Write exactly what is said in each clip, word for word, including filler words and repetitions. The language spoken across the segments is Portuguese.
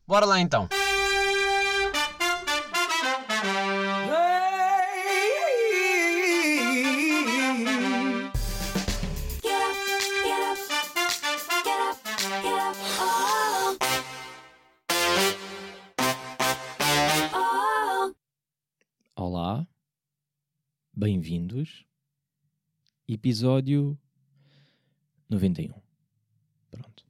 Bora lá então. Olá, bem-vindos, episódio noventa e um. Pronto.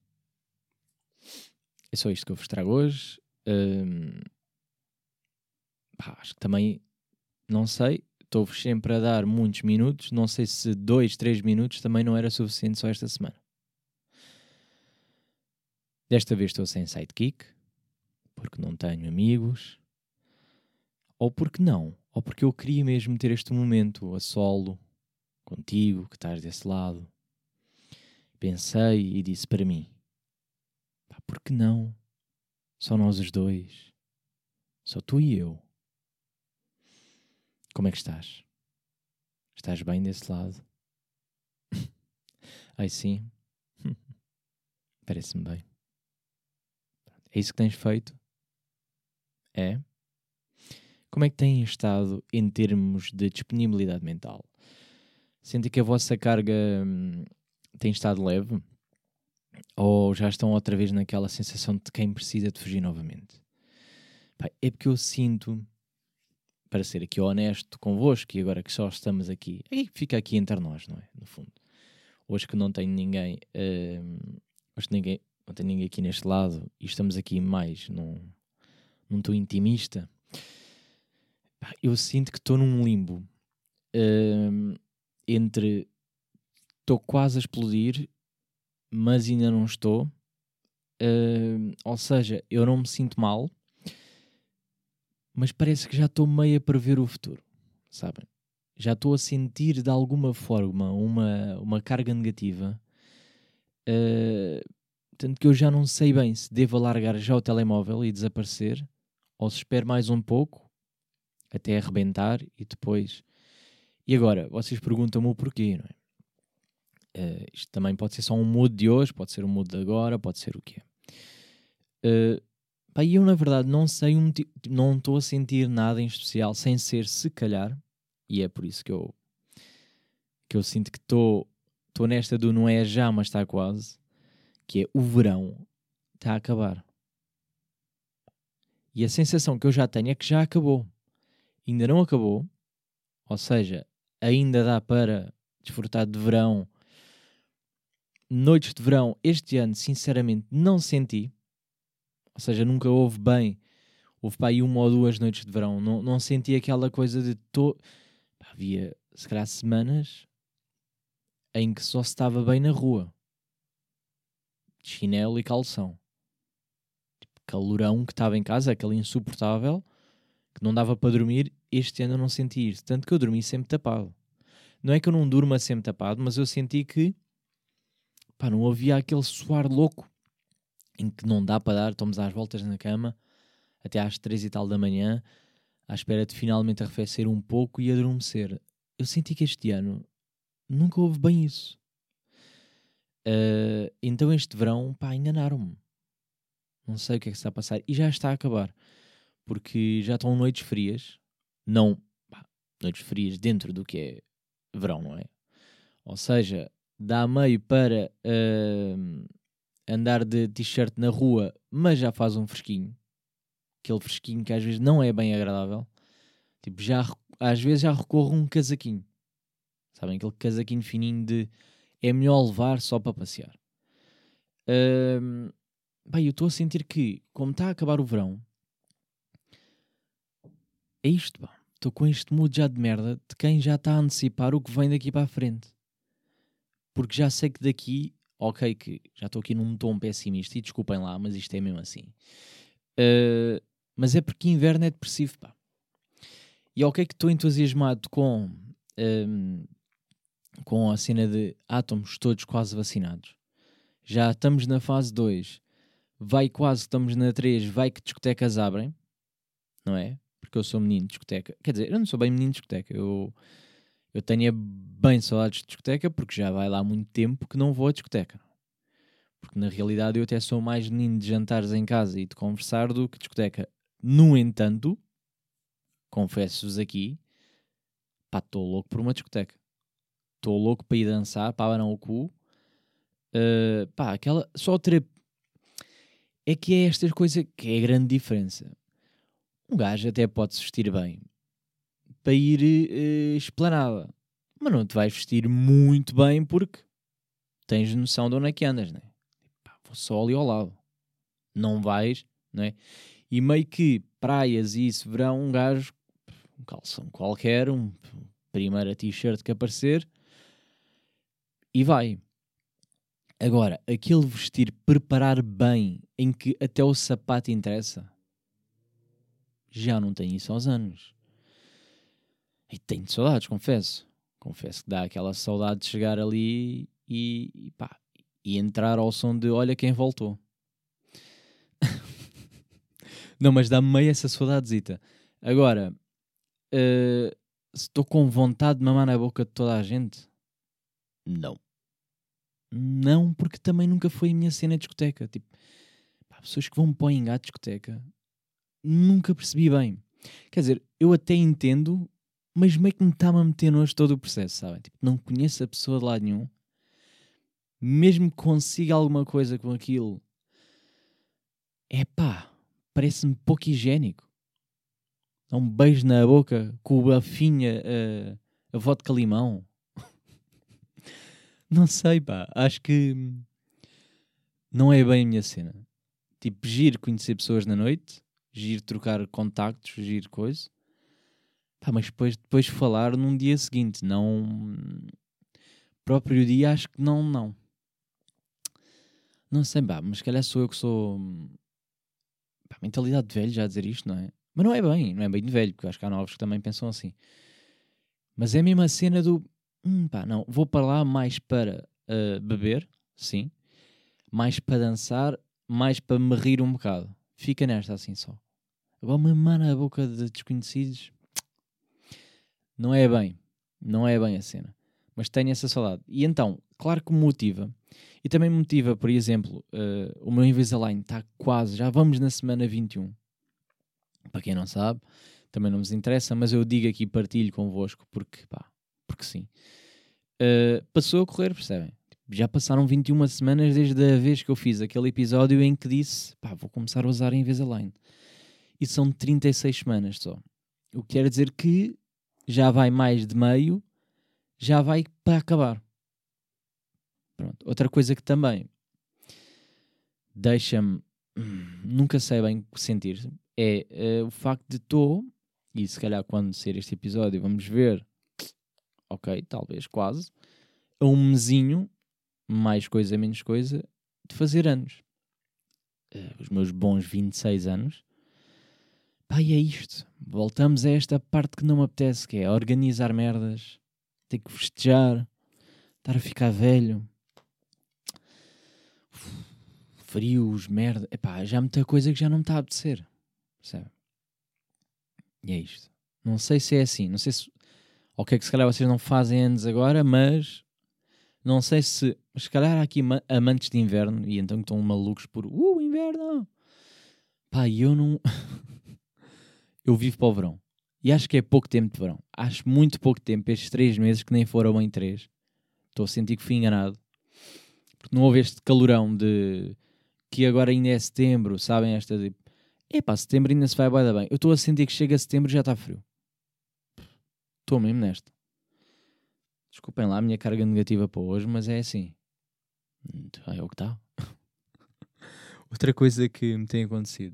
É só isto que eu vos trago hoje. Hum, pá, acho que também, não sei, estou-vos sempre a dar muitos minutos, não sei se dois, três minutos também não era suficiente só esta semana. Desta vez estou sem sidekick, porque não tenho amigos, ou porque não, ou porque eu queria mesmo ter este momento a solo, contigo, que estás desse lado. Pensei e disse para mim, pá, por que não? Só nós os dois. Só tu e eu. Como é que estás? Estás bem desse lado? Ai sim. Parece-me bem. É isso que tens feito? É? Como é que têm estado em termos de disponibilidade mental? Sentem que a vossa carga hum, tem estado leve? Ou já estão outra vez naquela sensação de quem precisa de fugir novamente? Pá, é porque eu sinto, para ser aqui honesto convosco, e agora que só estamos aqui, é que fica aqui entre nós, não é? No fundo. Hoje que não tenho ninguém, hum, hoje ninguém, não tenho ninguém aqui neste lado, e estamos aqui mais num, num tom intimista, pá, eu sinto que estou num limbo hum, entre estou quase a explodir, mas ainda não estou. Uh, ou seja, eu não me sinto mal, mas parece que já estou meio a prever o futuro, sabem? Já estou a sentir de alguma forma uma, uma carga negativa, uh, tanto que eu já não sei bem se devo alargar já o telemóvel e desaparecer, ou se espero mais um pouco, até arrebentar e depois... E agora, vocês perguntam-me o porquê, não é? Uh, isto também pode ser só um mood de hoje, pode ser um mood de agora, pode ser o quê? Uh, pá, eu na verdade não sei, um ti- não estou a sentir nada em especial, sem ser se calhar, e é por isso que eu, que eu sinto que estou nesta do não é já, mas está quase, que é o verão está a acabar. E a sensação que eu já tenho é que já acabou. Ainda não acabou, ou seja, ainda dá para desfrutar de verão. Noites de verão, este ano, sinceramente, não senti. Ou seja, nunca houve bem. Houve para aí uma ou duas noites de verão. Não, não senti aquela coisa de... To... Pá, havia, se calhar, semanas em que só se estava bem na rua. De chinelo e calção. Tipo, calorão que estava em casa, aquele insuportável, que não dava para dormir. Este ano eu não senti isso. Tanto que eu dormi sempre tapado. Não é que eu não durma sempre tapado, mas eu senti que... Pá, não havia aquele suar louco em que não dá para dar, estamos às voltas na cama até às três e tal da manhã, à espera de finalmente arrefecer um pouco e adormecer. Eu senti que este ano nunca houve bem isso. Uh, então este verão, pá, enganaram-me. Não sei o que é que está a passar. E já está a acabar. Porque já estão noites frias. Não, pá, noites frias dentro do que é verão, não é? Ou seja, dá meio para... Uh, andar de t-shirt na rua, mas já faz um fresquinho. Aquele fresquinho que às vezes não é bem agradável. Tipo, já, às vezes já recorro a um casaquinho. Sabem? Aquele casaquinho fininho de... É melhor levar só para passear. Um, bem, eu estou a sentir que, como está a acabar o verão, é isto, pá. Estou com este mood já de merda de quem já está a antecipar o que vem daqui para a frente. Porque já sei que daqui... Ok, que já estou aqui num tom pessimista e desculpem lá, mas isto é mesmo assim. Uh, mas é porque inverno é depressivo, pá. E ok que estou entusiasmado com, um, com a cena de átomos todos quase vacinados. Já estamos na fase dois. Vai quase, estamos na três, vai que discotecas abrem. Não é? Porque eu sou menino de discoteca. Quer dizer, eu não sou bem menino de discoteca. Eu, eu tenho bem saudades de discoteca porque já vai lá há muito tempo que não vou à discoteca. Porque na realidade eu até sou mais menino de jantares em casa e de conversar do que de discoteca. No entanto, confesso-vos aqui, pá, estou louco por uma discoteca. Estou louco para ir dançar, para abanar o cu. Uh, pá, aquela... Só outra... É que é esta coisa que é a grande diferença. Um gajo até pode se vestir bem para ir uh, esplanada. Mas não te vais vestir muito bem porque tens noção de onde é que andas, não é? Pá, vou só ali ao lado. Não vais, não é? E meio que praias e isso, verão, um gajo, um calção qualquer, um primeira t-shirt que aparecer e vai. Agora, aquele vestir, preparar bem, em que até o sapato interessa, já não tenho isso aos anos. E tenho saudades, confesso. Confesso que dá aquela saudade de chegar ali e, e, pá, e entrar ao som de olha quem voltou. Não, mas dá-me meio essa saudadezita. Agora, uh, se estou com vontade de mamar na boca de toda a gente, não. Não, porque também nunca foi a minha cena de discoteca. Tipo, pá, pessoas que vão para o engato de discoteca, nunca percebi bem. Quer dizer, eu até entendo, mas meio que me está-me a meter nojo todo o processo, sabem? Tipo, não conheço a pessoa de lado nenhum. Mesmo que consiga alguma coisa com aquilo, é pá, parece-me pouco higiênico. Dá um beijo na boca com a finha, a, a vodka limão. Não sei, pá. Acho que não é bem a minha cena. Tipo, giro conhecer pessoas na noite, giro trocar contactos, giro coisa. Pá, mas depois, depois falar num dia seguinte, não... Próprio dia, acho que não, não. Não sei, pá, mas se calhar sou eu que sou... Pá, mentalidade de velho já a dizer isto, não é? Mas não é bem, não é bem de velho, porque acho que há novos que também pensam assim. Mas é mesmo a cena do... Hum, pá, não, vou para lá mais para uh, beber, sim. Mais para dançar, mais para me rir um bocado. Fica nesta assim só. Agora mamar na boca de desconhecidos... Não é bem. Não é bem a cena. Mas tenho essa saudade. E então, claro que me motiva. E também me motiva, por exemplo, uh, o meu Invisalign está quase... Já vamos na semana vinte e um. Para quem não sabe, também não nos interessa, mas eu digo aqui, partilho convosco, porque, pá, porque sim. Uh, passou a correr, percebem? Já passaram vinte e uma semanas desde a vez que eu fiz aquele episódio em que disse, pá, vou começar a usar a Invisalign. E são trinta e seis semanas só. O que quer dizer que já vai mais de meio, já vai para acabar. Pronto. Outra coisa que também deixa-me, hum, nunca sei bem sentir, é uh, o facto de estou, e se calhar quando ser este episódio vamos ver, ok, talvez, quase, a um mesinho, mais coisa, menos coisa, de fazer anos. Uh, os meus bons vinte e seis anos. Pá, e é isto. Voltamos a esta parte que não me apetece, que é organizar merdas, ter que festejar, estar a ficar velho. Frios, merda. Epá, já há muita coisa que já não me está a apetecer. Percebe? E é isto. Não sei se é assim. Não sei se... Ok, que se calhar vocês não fazem anos agora, mas... Não sei se... Mas se calhar há aqui amantes de inverno e então estão malucos por... Uh, inverno! Pá, e eu não... eu vivo para o verão. E acho que é pouco tempo de verão. Acho muito pouco tempo. Estes três meses que nem foram bem três. Estou a sentir que fui enganado. Porque não houve este calorão de... Que agora ainda é setembro, sabem? Esta de... Epá, setembro ainda se vai bué da bem. Eu estou a sentir que chega a setembro e já está frio. Estou mesmo nesta. Desculpem lá a minha carga negativa para hoje, mas é assim. É o que está. Outra coisa que me tem acontecido.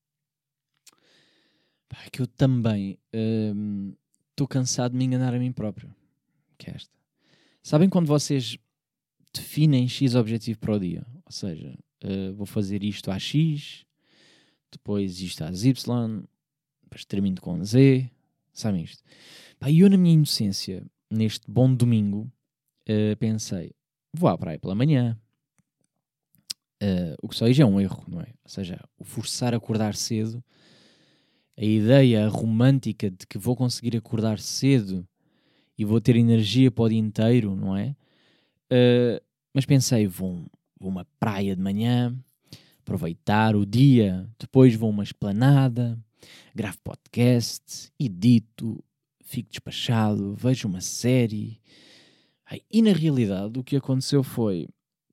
Pá, é que eu também estou hum, cansado de me enganar a mim próprio. Que é esta. Sabem quando vocês definem X objetivo para o dia? Ou seja, uh, vou fazer isto a X... Depois isto às Y, depois termino com Z, sabem isto? Pá, eu na minha inocência, neste bom domingo, uh, pensei, vou à praia pela manhã, uh, o que só aí já é um erro, não é? Ou seja, o forçar a acordar cedo, a ideia romântica de que vou conseguir acordar cedo e vou ter energia para o dia inteiro, não é? Uh, mas pensei, vou, vou a uma praia de manhã, aproveitar o dia, depois vou a uma esplanada, gravo podcast, edito, fico despachado, vejo uma série. Ai, e na realidade o que aconteceu foi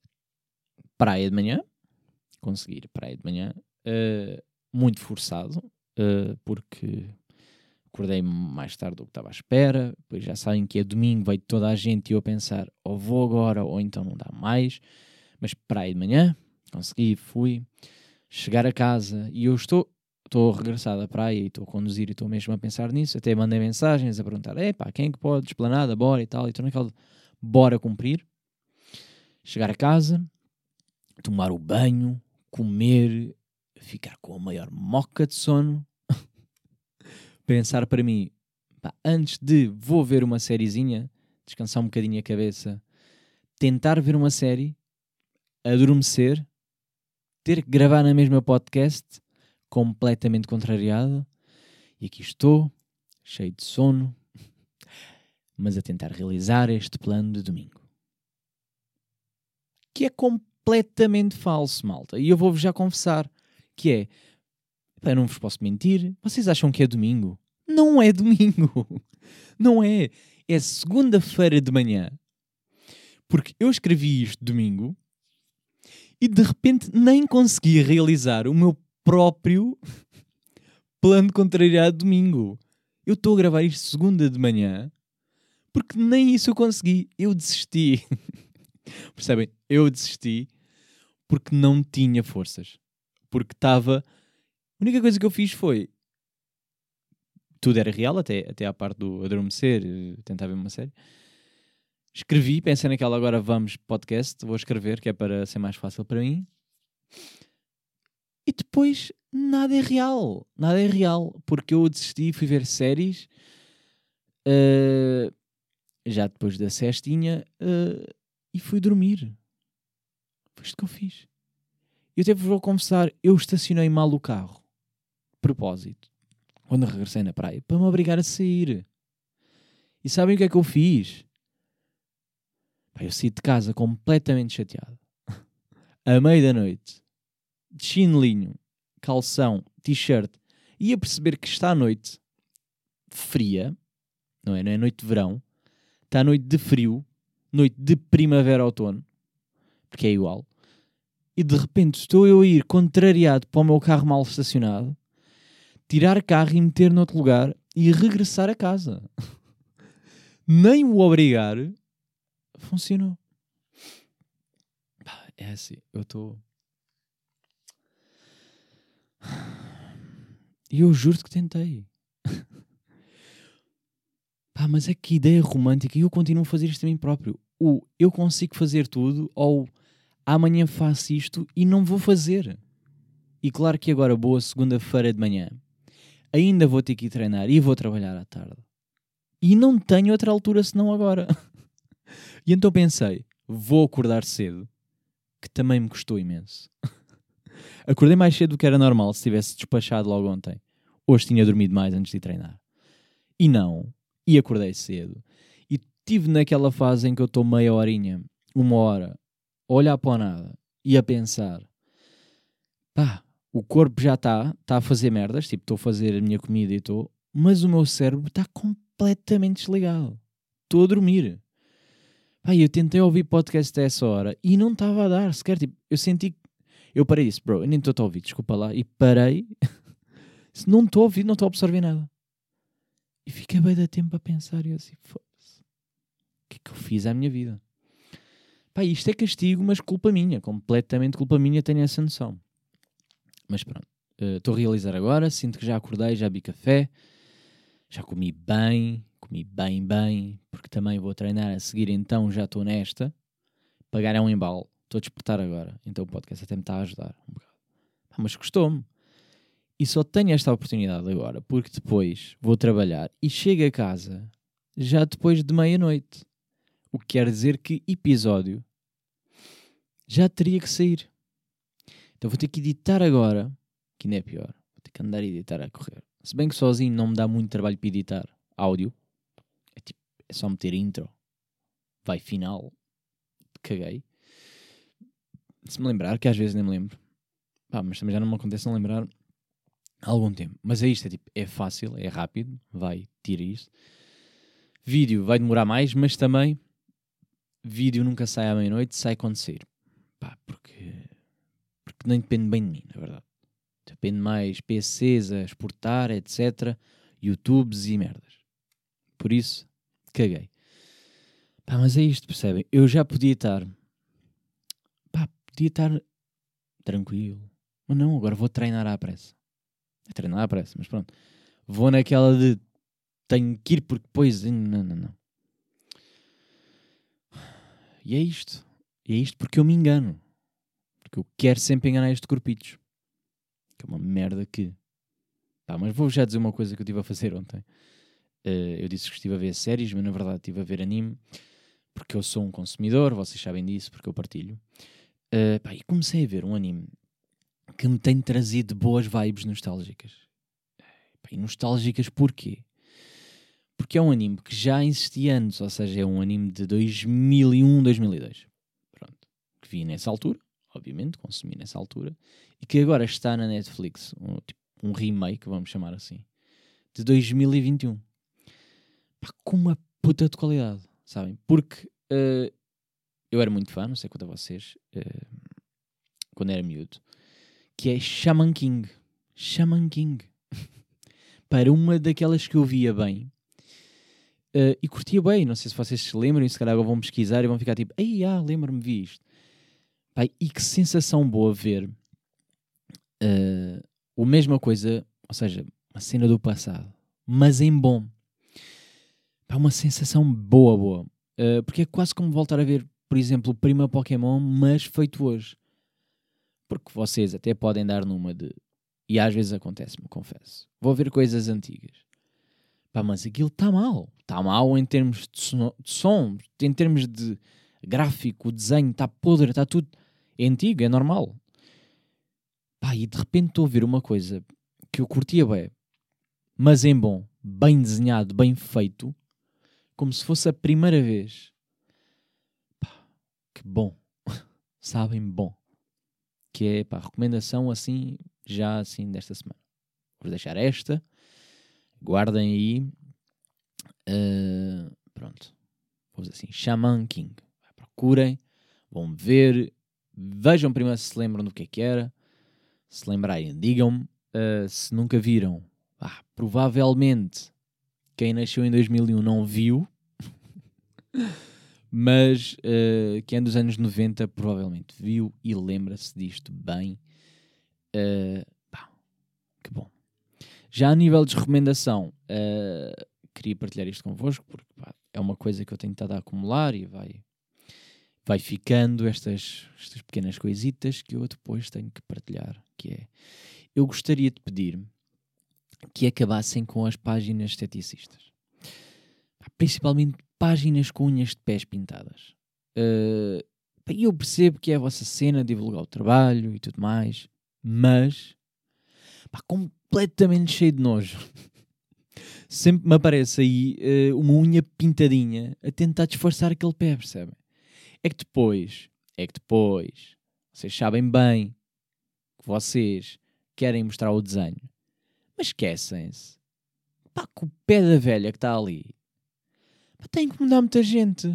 praia de manhã, conseguir praia de manhã, uh, muito forçado, uh, porque acordei mais tarde do que estava à espera, depois já sabem que é domingo, veio toda a gente e eu a pensar, ou vou agora ou então não dá mais, mas praia de manhã, consegui, fui, chegar a casa e eu estou... Estou a regressar da praia e estou a conduzir e estou mesmo a pensar nisso. Até mandei mensagens a perguntar: epá, quem é que pode? Esplanada, bora e tal. E estou naquela bora cumprir. Chegar a casa, tomar o banho, comer, ficar com a maior moca de sono. Pensar para mim, pá, antes de vou ver uma sériezinha, descansar um bocadinho a cabeça, tentar ver uma série, adormecer, ter que gravar na mesma podcast, completamente contrariado, e aqui estou, cheio de sono, mas a tentar realizar este plano de domingo. Que é completamente falso, malta. E eu vou-vos já confessar que é, pá, eu não vos posso mentir, vocês acham que é domingo? Não é domingo. Não é. É segunda-feira de manhã. Porque eu escrevi isto domingo e de repente nem consegui realizar o meu próprio plano contrariado domingo. Eu estou a gravar isto segunda de manhã porque nem isso eu consegui. Eu desisti. Percebem? Eu desisti porque não tinha forças. Porque estava... A única coisa que eu fiz foi... Tudo era real, até, até à parte do adormecer, tentar ver uma série. Escrevi, pensei naquela agora vamos podcast, vou escrever, que é para ser mais fácil para mim. E depois nada é real. Nada é real. Porque eu desisti, fui ver séries. Uh, já depois da cestinha. Uh, e fui dormir. Foi isto que eu fiz. Eu até vou confessar, eu estacionei mal o carro. De propósito. Quando regressei na praia. Para me obrigar a sair. E sabem o que é que eu fiz? Pá, eu saí de casa completamente chateado. À meia da noite. De chinelinho, calção, t-shirt, e a perceber que está a noite fria, não é? Não é noite de verão, está a noite de frio, noite de primavera-outono, porque é igual, e de repente estou eu a ir contrariado para o meu carro mal estacionado, tirar carro e meter noutro lugar e regressar a casa. Nem o obrigar funcionou. É assim, eu estou... E eu juro-te que tentei. Pá, mas é que ideia romântica. E eu continuo a fazer isto a mim próprio. O eu consigo fazer tudo ou amanhã faço isto e não vou fazer. E claro que agora, boa segunda-feira de manhã, ainda vou ter que ir treinar e vou trabalhar à tarde. E não tenho outra altura senão agora. E então pensei, vou acordar cedo, que também me custou imenso. Acordei mais cedo do que era normal se tivesse despachado logo ontem. Hoje tinha dormido mais antes de treinar. E não. E acordei cedo. E estive naquela fase em que eu estou meia horinha, uma hora, a olhar para o nada e a pensar, pá, o corpo já está, está a fazer merdas, tipo, estou a fazer a minha comida e estou, mas o meu cérebro está completamente desligado. Estou a dormir. Pá, eu tentei ouvir podcast a essa hora e não estava a dar sequer, tipo, eu senti, eu parei e disse, bro, eu nem estou a ouvir, desculpa lá, e parei, se não estou a ouvir, não estou a absorver nada. E fiquei bem da tempo a pensar e eu assim, foda-se, o que é que eu fiz à minha vida? Pá, isto é castigo, mas culpa minha, completamente culpa minha, tenho essa noção. Mas pronto, estou uh, a realizar agora, sinto que já acordei, já bebi café, já comi bem, comi bem, bem, porque também vou treinar a seguir, então já estou nesta. Pagar é um embalo, estou a despertar agora, então o podcast até me está a ajudar um bocado. Pá, mas gostou-me. E só tenho esta oportunidade agora, porque depois vou trabalhar e chego a casa já depois de meia-noite. O que quer dizer que episódio já teria que sair. Então vou ter que editar agora, que ainda é pior. Vou ter que andar a editar a correr. Se bem que sozinho não me dá muito trabalho para editar áudio. É tipo, é só meter intro. Vai final. Caguei. se me lembrar, que às vezes nem me lembro. Pá, mas também já não me acontece não lembrar há algum tempo. Mas é isto, é tipo, é fácil, é rápido, vai, tira isso. Vídeo vai demorar mais, mas também vídeo nunca sai à meia-noite, sai quando sair. Pá, porque, porque nem depende bem de mim, na verdade. Depende mais P Cs a exportar, etcétera. YouTubes e merdas. Por isso, caguei. Pá, mas é isto, percebem? Eu já podia estar... Pá, podia estar tranquilo. Mas não, agora vou treinar à pressa. É treinar à pressa, mas pronto. Vou naquela de... Tenho que ir porque depois... Não, não, não. E é isto. E é isto porque eu me engano. Porque eu quero sempre enganar este corpitos. Que é uma merda que... Pá, mas vou já dizer uma coisa que eu estive a fazer ontem. Uh, eu disse que estive a ver séries, mas na verdade estive a ver anime. Porque eu sou um consumidor, vocês sabem disso, porque eu partilho. Uh, pá, e comecei a ver um anime que me tem trazido boas vibes nostálgicas. Pá, e nostálgicas porquê? Porque é um anime que já existia antes, ou seja, é um anime de dois mil e um, dois mil e dois. Pronto. Que vi nessa altura, obviamente, consumi nessa altura, e que agora está na Netflix, um, tipo, um remake, vamos chamar assim, de dois mil e vinte e um. Pá, com uma puta de qualidade, sabem? Porque uh, eu era muito fã, não sei quanto a vocês, uh, quando era miúdo, que é Shaman King. Shaman King. Para uma daquelas que eu via bem, Uh, e curtia bem, não sei se vocês se lembram, e se calhar vão pesquisar e vão ficar tipo, ei, ah, lembro-me, vi isto. Pai, e que sensação boa ver uh, a mesma coisa, ou seja, uma cena do passado, mas em bom. Pai, uma sensação boa, boa. Uh, porque é quase como voltar a ver, por exemplo, o Prima Pokémon, mas feito hoje. Porque vocês até podem dar numa de... E às vezes acontece-me, confesso. Vou ver coisas antigas. Pá, mas aquilo está mal. Está mal em termos de, sono, de som, em termos de gráfico, o desenho está podre, está tudo... É antigo, é normal. Pá, e de repente estou a ver uma coisa que eu curtia bem, mas em bom, bem desenhado, bem feito, como se fosse a primeira vez. Pá, que bom. Sabem, bom. Que é, pá, recomendação assim, já assim desta semana. Vou deixar esta. Guardem aí. Uh, pronto. Vou dizer assim. Shaman King. Procurem. Vão ver. Vejam primeiro se se lembram do que é que era. Se lembrarem, digam-me. Uh, se nunca viram. Ah, provavelmente quem nasceu em dois mil e um não viu. Mas uh, quem é dos anos noventa provavelmente viu e lembra-se disto bem. Uh, pá, que bom. Já a nível de recomendação, uh, queria partilhar isto convosco, porque pá, é uma coisa que eu tenho estado a acumular e vai, vai ficando estas, estas pequenas coisitas que eu depois tenho que partilhar, que é, eu gostaria de pedir que acabassem com as páginas esteticistas. Principalmente páginas com unhas de pés pintadas. Uh, eu percebo que é a vossa cena, divulgar o trabalho e tudo mais, mas pá, completamente cheio de nojo. Sempre me aparece aí uh, uma unha pintadinha a tentar disfarçar aquele pé, percebem? É que depois, é que depois, vocês sabem bem que vocês querem mostrar o desenho, mas esquecem-se. Pá, que o pé da velha que está ali, pá, tem que mudar muita gente.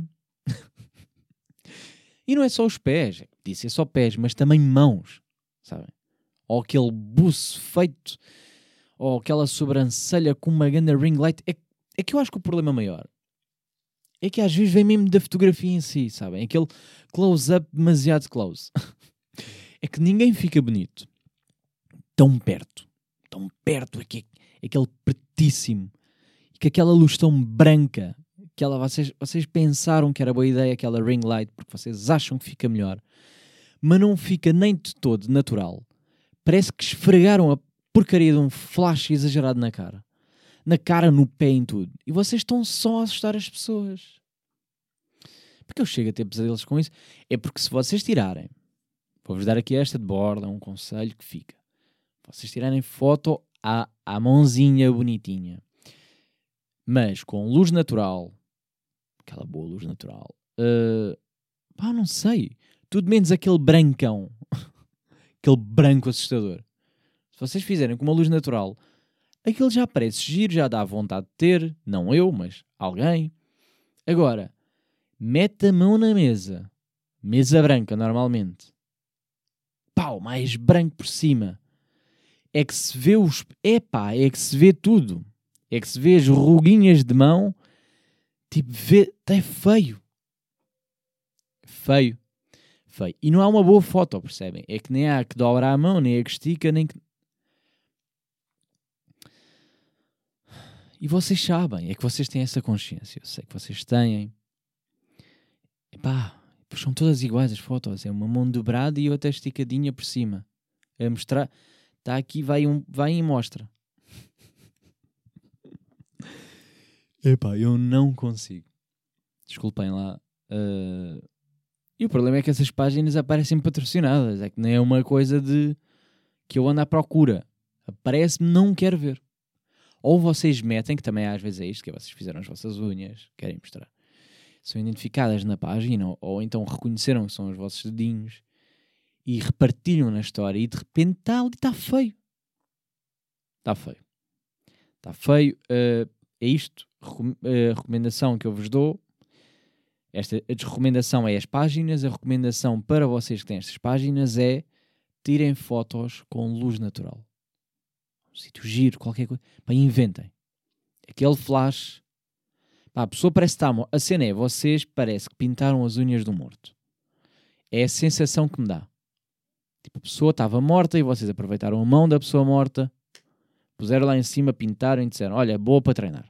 E não é só os pés, disse é só pés, mas também mãos, sabem? Ou aquele buço feito, ou aquela sobrancelha com uma grande ring light. É, é que eu acho que o problema maior é que às vezes vem mesmo da fotografia em si, sabem? Aquele close-up demasiado close. É que ninguém fica bonito tão perto, tão perto, aqui, aquele pretíssimo, e que aquela luz tão branca, aquela, vocês, vocês pensaram que era boa ideia aquela ring light, porque vocês acham que fica melhor, mas não fica nem de todo natural. Parece que esfregaram a porcaria de um flash exagerado na cara. Na cara, no pé, em tudo. E vocês estão só a assustar as pessoas. Porque eu chego a ter pesadelos com isso. É porque se vocês tirarem, vou-vos dar aqui esta de borda, um conselho que fica. Vocês tirarem foto à, à mãozinha bonitinha, mas com luz natural, aquela boa luz natural, uh, pá, não sei, Tudo menos aquele brancão. Aquele branco assustador. Se vocês fizerem com uma luz natural, aquilo já parece giro, já dá vontade de ter. Não eu, mas alguém. Agora, mete a mão na mesa. Mesa branca, normalmente. Pau, mais branco por cima. É que se vê os... Epá, é que se vê tudo. É que se vê as ruguinhas de mão. Tipo, vê... É feio. Feio. Feio. E não há uma boa foto, percebem? É que nem há que dobra a mão, nem a que estica, nem que... E vocês sabem. É que vocês têm essa consciência. Eu sei que vocês têm. Epá, pois são todas iguais as fotos. É uma mão dobrada e outra esticadinha por cima. A mostrar... Está aqui, vai, um, vai e mostra. Epá, eu não consigo. Desculpem lá. Uh... E o problema é que essas páginas aparecem patrocinadas. É que nem é uma coisa de que eu ando à procura. Aparece-me, não quero ver. Ou vocês metem, que também às vezes é isto, que é vocês fizeram as vossas unhas, querem mostrar. São identificadas na página, ou, ou então reconheceram que são os vossos dedinhos e repartilham na história e de repente está ali, está feio. Está feio. Está feio. Uh, é isto. Recom- uh, recomendação que eu vos dou. Esta, a desrecomendação é as páginas. A recomendação para vocês que têm estas páginas é tirem fotos com luz natural. Um sítio giro, qualquer coisa. Pá, inventem. Aquele flash. Pá, a pessoa parece que está... A cena é, vocês parece que pintaram as unhas do morto. É a sensação que me dá. Tipo, a pessoa estava morta e vocês aproveitaram a mão da pessoa morta, puseram lá em cima, pintaram e disseram, olha, boa para treinar.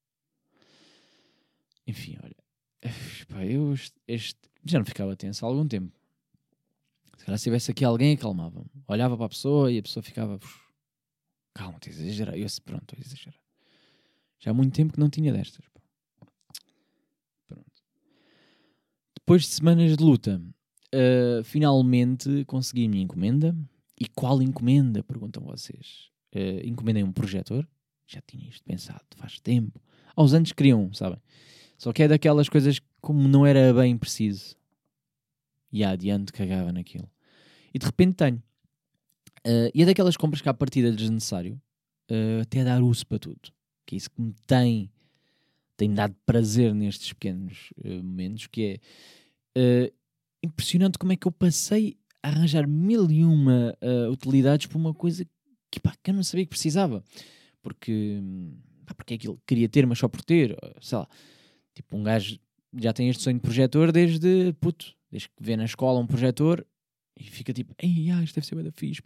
Enfim, olha. Pá, eu este, este, já não ficava tenso há algum tempo. Se calhar se tivesse aqui alguém, acalmava-me. Olhava para a pessoa e a pessoa ficava... Calma, estou a exagerar. Eu disse, pronto, estou a exagerar. Já há muito tempo que não tinha destas. Pronto. Depois de semanas de luta, uh, finalmente consegui a minha encomenda. E qual encomenda? Perguntam vocês. Uh, encomendei um projetor. Já tinha isto pensado faz tempo. Aos anos queriam, sabem? Só que é daquelas coisas que, como não era bem preciso, e adiante cagava naquilo. E de repente tenho. Uh, e é daquelas compras que à partida é desnecessário, uh, até dar uso para tudo. Que é isso que me tem, tem dado prazer nestes pequenos uh, momentos, que é uh, impressionante como é que eu passei a arranjar mil e uma uh, utilidades por uma coisa que, pá, que eu não sabia que precisava. Porque, pá, porque é aquilo que queria ter, mas só por ter, sei lá. Tipo, um gajo já tem este sonho de projetor desde, puto, desde que vê na escola um projetor e fica tipo, ei, ah, isto deve ser bem da fixe.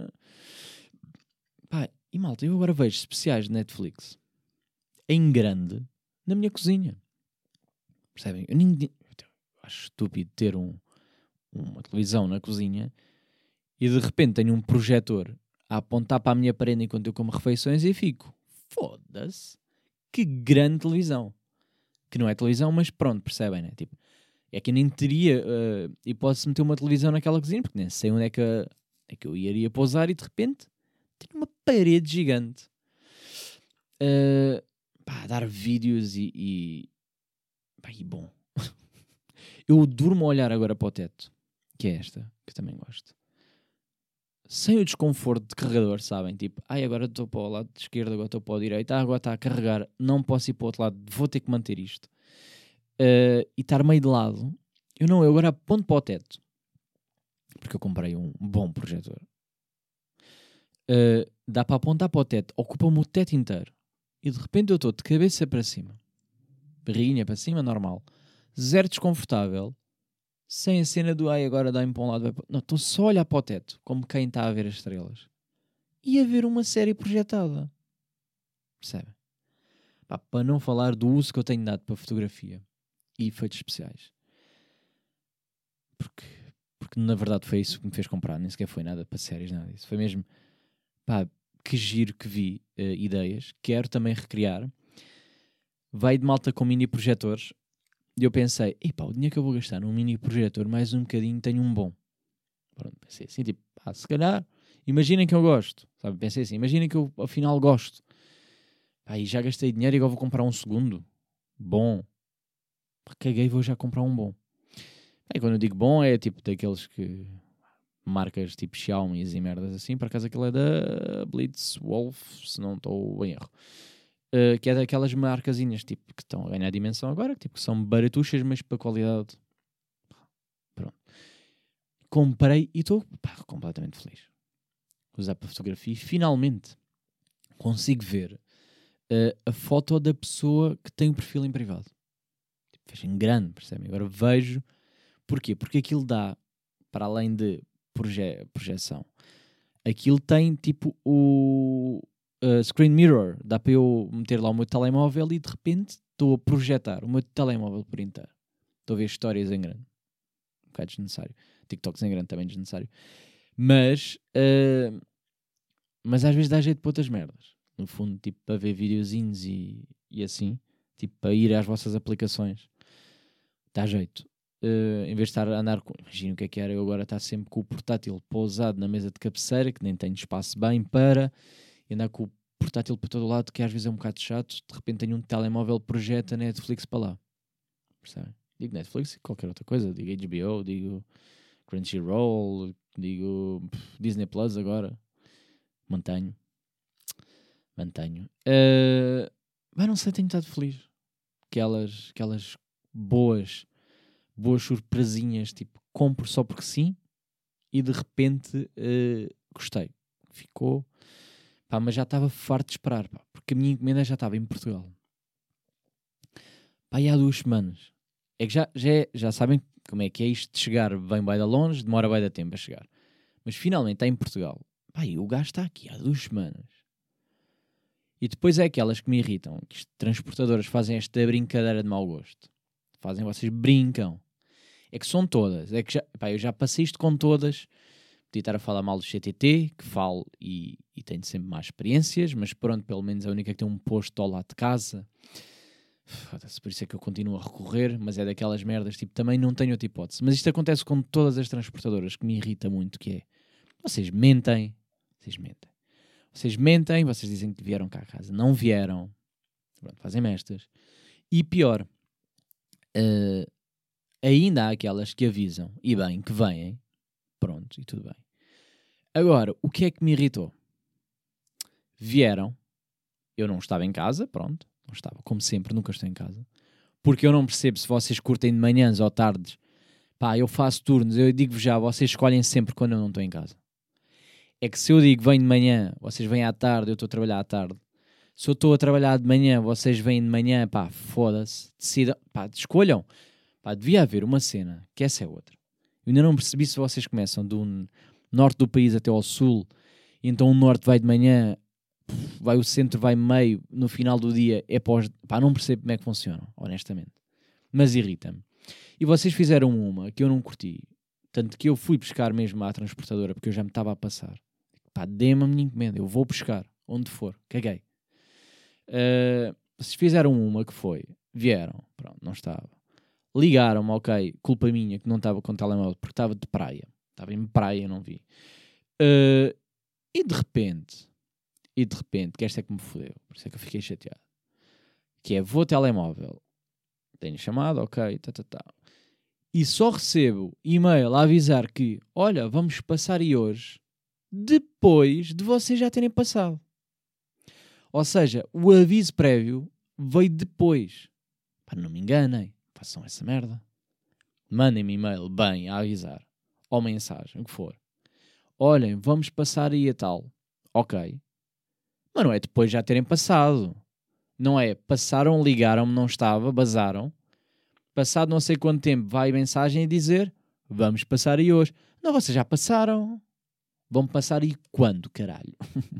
Pá, e malta, eu agora vejo especiais de Netflix em grande na minha cozinha. Percebem? Eu, nem, eu acho estúpido ter um, uma televisão na cozinha e de repente tenho um projetor a apontar para a minha parede enquanto eu como refeições e fico, foda-se, que grande televisão. Que não é televisão, mas pronto, percebem, né? Tipo, é que eu nem teria uh, hipótese de meter uma televisão naquela cozinha, porque nem sei onde é que, é que eu iria pousar e de repente tenho uma parede gigante. Uh, pá, dar vídeos e... e... Pá, e bom. Eu durmo a olhar agora para o teto, que é esta, que eu também gosto. Sem o desconforto de carregador, sabem? Tipo, ai, agora estou para o lado esquerdo, agora estou para o direito, ah, agora está a carregar, não posso ir para o outro lado, vou ter que manter isto. Uh, e estar meio de lado, eu não, eu agora aponto para o teto, porque eu comprei um bom projetor. Uh, dá para apontar para o teto, ocupa-me o teto inteiro. E de repente eu estou de cabeça para cima, barriguinha para cima, normal, zero desconfortável, sem a cena do ai, agora dá-me para um lado, vai para... Não, estou só a olhar para o teto, como quem está a ver as estrelas. E a ver uma série projetada. Percebem? Pá, para não falar do uso que eu tenho dado para fotografia e efeitos especiais. Porque, porque na verdade foi isso que me fez comprar. Nem sequer foi nada para séries, nada disso. Foi mesmo, pá, que giro que vi uh, ideias. Quero também recriar. Vai de malta com mini projetores. E eu pensei, epá, o dinheiro que eu vou gastar num mini projetor, mais um bocadinho, tenho um bom. Pronto, pensei assim, tipo, pá, se calhar, imaginem que eu gosto. Sabe? Pensei assim, imaginem que eu afinal gosto. Pá, e já gastei dinheiro e agora vou comprar um segundo. Bom. Caguei, vou já comprar um bom. É, quando eu digo bom, é tipo daqueles que... marcas tipo Xiaomi e merdas assim. Por acaso aquilo é da Blitzwolf, se não estou em erro. Uh, que é daquelas marcazinhas tipo, que estão a ganhar dimensão agora, tipo, que são baratuxas, mas para qualidade. Pronto. Comprei e estou completamente feliz. Usar para fotografia e finalmente consigo ver uh, a foto da pessoa que tem o perfil em privado. Tipo, vejo em grande, percebem? Agora vejo. Porquê? Porque aquilo dá, para além de proje- projeção, aquilo tem tipo o uh, screen mirror. Dá para eu meter lá o meu telemóvel e de repente estou a projetar o meu telemóvel por inteiro. Estou a ver histórias em grande. Um bocado desnecessário. TikToks em grande também desnecessário. Mas, uh, mas às vezes dá jeito para outras merdas. No fundo, tipo, para ver videozinhos e, e assim. Tipo, para ir às vossas aplicações. Dá jeito. Uh, em vez de estar a andar com... Imagina o que é que era eu agora estar sempre com o portátil pousado na mesa de cabeceira, que nem tenho espaço bem para... E andar com o portátil para todo lado, que às vezes é um bocado chato. De repente tenho um telemóvel, projeta Netflix para lá. Percebem? Digo Netflix e qualquer outra coisa. Digo H B O, digo Crunchyroll, digo pff, Disney Plus agora. Mantenho. Mantenho. Uh, mas não sei, tenho estado feliz. Aquelas, aquelas boas, boas surpresinhas, tipo, compro só porque sim e de repente uh, gostei. Ficou... Pá, mas já estava farto de esperar, pá, porque a minha encomenda já estava em Portugal. Pá, e há duas semanas. É que já, já, é, já sabem como é que é isto de chegar bem bem da longe, demora bem da tempo a chegar. Mas finalmente está em Portugal. Pá, e o gajo está aqui há duas semanas. E depois é aquelas que me irritam, que as transportadoras fazem esta brincadeira de mau gosto. Fazem, vocês brincam. É que são todas. É que já, pá, eu já passei isto com todas. Podia estar a falar mal do C T T, que falo e, e tenho sempre más experiências, mas pronto, pelo menos é a única que tem um posto ao lado de casa. Foda-se, por isso é que eu continuo a recorrer, mas é daquelas merdas, tipo, também não tenho outra hipótese. Mas isto acontece com todas as transportadoras, que me irrita muito, que é, vocês mentem, vocês mentem. Vocês mentem, vocês dizem que vieram cá a casa. Não vieram. Pronto, fazem estas. E pior, uh, ainda há aquelas que avisam, e bem, que vêm. Pronto, e tudo bem. Agora, o que é que me irritou? Vieram, eu não estava em casa, pronto. Não estava, como sempre, nunca estou em casa. Porque eu não percebo se vocês curtem de manhãs ou tardes. Pá, eu faço turnos, eu digo-vos já, vocês escolhem sempre quando eu não estou em casa. É que se eu digo venho de manhã, vocês vêm à tarde, eu estou a trabalhar à tarde. Se eu estou a trabalhar de manhã, vocês vêm de manhã, pá, foda-se. Decidam, pá, escolham. Pá, devia haver uma cena, que essa é outra. Eu ainda não percebi se vocês começam do norte do país até ao sul, e então o norte vai de manhã, vai o centro, vai meio, no final do dia é pós... Pá, não percebo como é que funcionam, honestamente. Mas irrita-me. E vocês fizeram uma que eu não curti. Tanto que eu fui buscar mesmo à transportadora, porque eu já me estava a passar. Pá, dê-me a minha encomenda, eu vou buscar, onde for, caguei. Uh, vocês fizeram uma que foi, vieram, pronto, não estava. Ligaram-me, ok, culpa minha que não estava com o telemóvel, porque estava de praia. Estava em praia, não vi. Uh, e de repente, e de repente, que esta é que me fodeu, por isso é que eu fiquei chateado. Que é, vou ao telemóvel, tenho chamado, ok, tá, tá, tá. E só recebo e-mail a avisar que, olha, vamos passar aí hoje, depois de vocês já terem passado. Ou seja, o aviso prévio veio depois. Pá, não me enganem, façam essa merda. Mandem-me e-mail bem a avisar, ou mensagem, o que for. Olhem, vamos passar aí a tal. Ok. Mas não é depois já terem passado. Não é, passaram, ligaram-me, não estava, bazaram. Passado não sei quanto tempo vai a mensagem a dizer, vamos passar aí hoje. Não, vocês já passaram. Vão passar aí quando, caralho?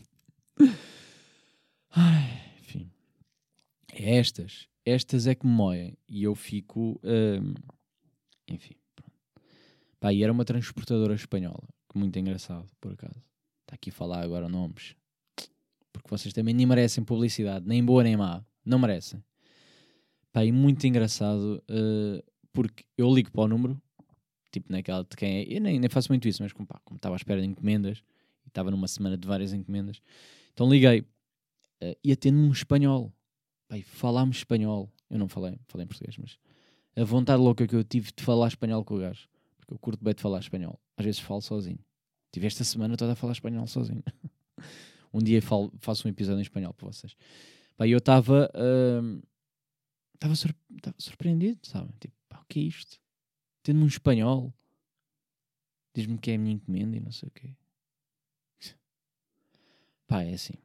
Ai, enfim. É estas. Estas é que me moem. E eu fico... Hum, enfim. Pronto. Pá, e era uma transportadora espanhola. Que muito engraçado, por acaso. Está aqui a falar agora nomes. Porque vocês também nem merecem publicidade. Nem boa nem má. Não merecem. Pá, e muito engraçado. Uh, porque eu ligo para o número. Tipo naquela de quem é. Eu nem, nem faço muito isso. Mas como, pá, como estava à espera de encomendas. E estava numa semana de várias encomendas. Então liguei. Uh, e atendo-me um espanhol. Pai, falámos espanhol. Eu não falei, falei em português, mas a vontade louca que eu tive de falar espanhol com o gajo. Porque eu curto bem de falar espanhol. Às vezes falo sozinho. Tive esta semana toda a falar espanhol sozinho. Um dia falo, faço um episódio em espanhol para vocês. Pá, eu estava estava uh, sur- surpreendido, sabe? Tipo, pá, o que é isto? Tendo-me um espanhol, diz-me que é a minha encomenda e não sei o quê. Pá, é assim.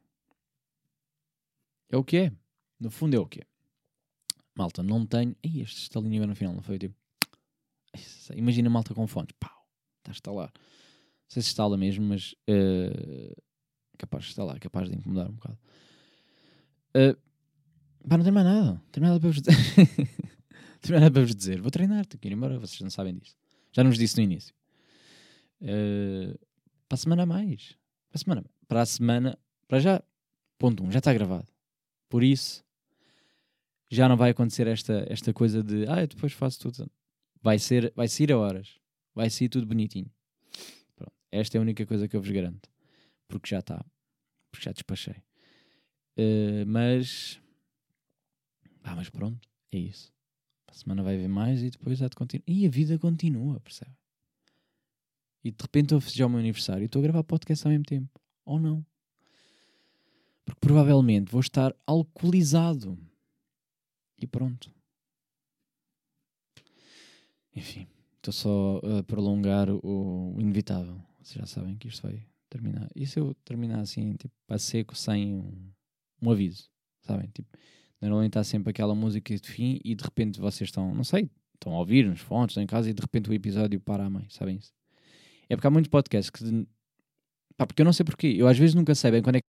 É o que é. No fundo é o que é. Malta, não tenho... Ih, este estalinho agora no final, não foi? Tipo... Imagina a malta com fones. Pau, está a estalar. Não sei se estala mesmo, mas... Uh, capaz de estalar, capaz de incomodar um bocado. Uh, pá, não tenho mais nada. Não tenho nada para vos dizer. Não tenho nada para vos dizer. Vou treinar, tenho que ir embora. Vocês não sabem disso. Já nos disse no início. Uh, para a semana a mais. Para a semana. Para a semana... Para já... Ponto um. Já está gravado. Por isso... Já não vai acontecer esta, esta coisa de... Ah, eu depois faço tudo. Vai ser... Vai sair a horas. Vai sair tudo bonitinho. Pronto. Esta é a única coisa que eu vos garanto. Porque já está. Porque já despachei. Uh, mas... Ah, mas pronto. É isso. A semana vai haver mais e depois há de continuar. E a vida continua, percebe? E de repente eu festejar o meu aniversário e estou a gravar podcast ao mesmo tempo. Ou não. Porque provavelmente vou estar alcoolizado. E pronto. Enfim. Estou só a prolongar o, o inevitável. Vocês já sabem que isto vai terminar. E se eu terminar assim, tipo, a seco, sem um, um aviso? Sabem? Tipo, normalmente está sempre aquela música de fim e de repente vocês estão, não sei, estão a ouvir nos fones, estão em casa e de repente o episódio para a mãe. Sabem isso? É porque há muitos podcasts que... Pá, porque eu não sei porquê. Eu às vezes nunca sei bem quando é que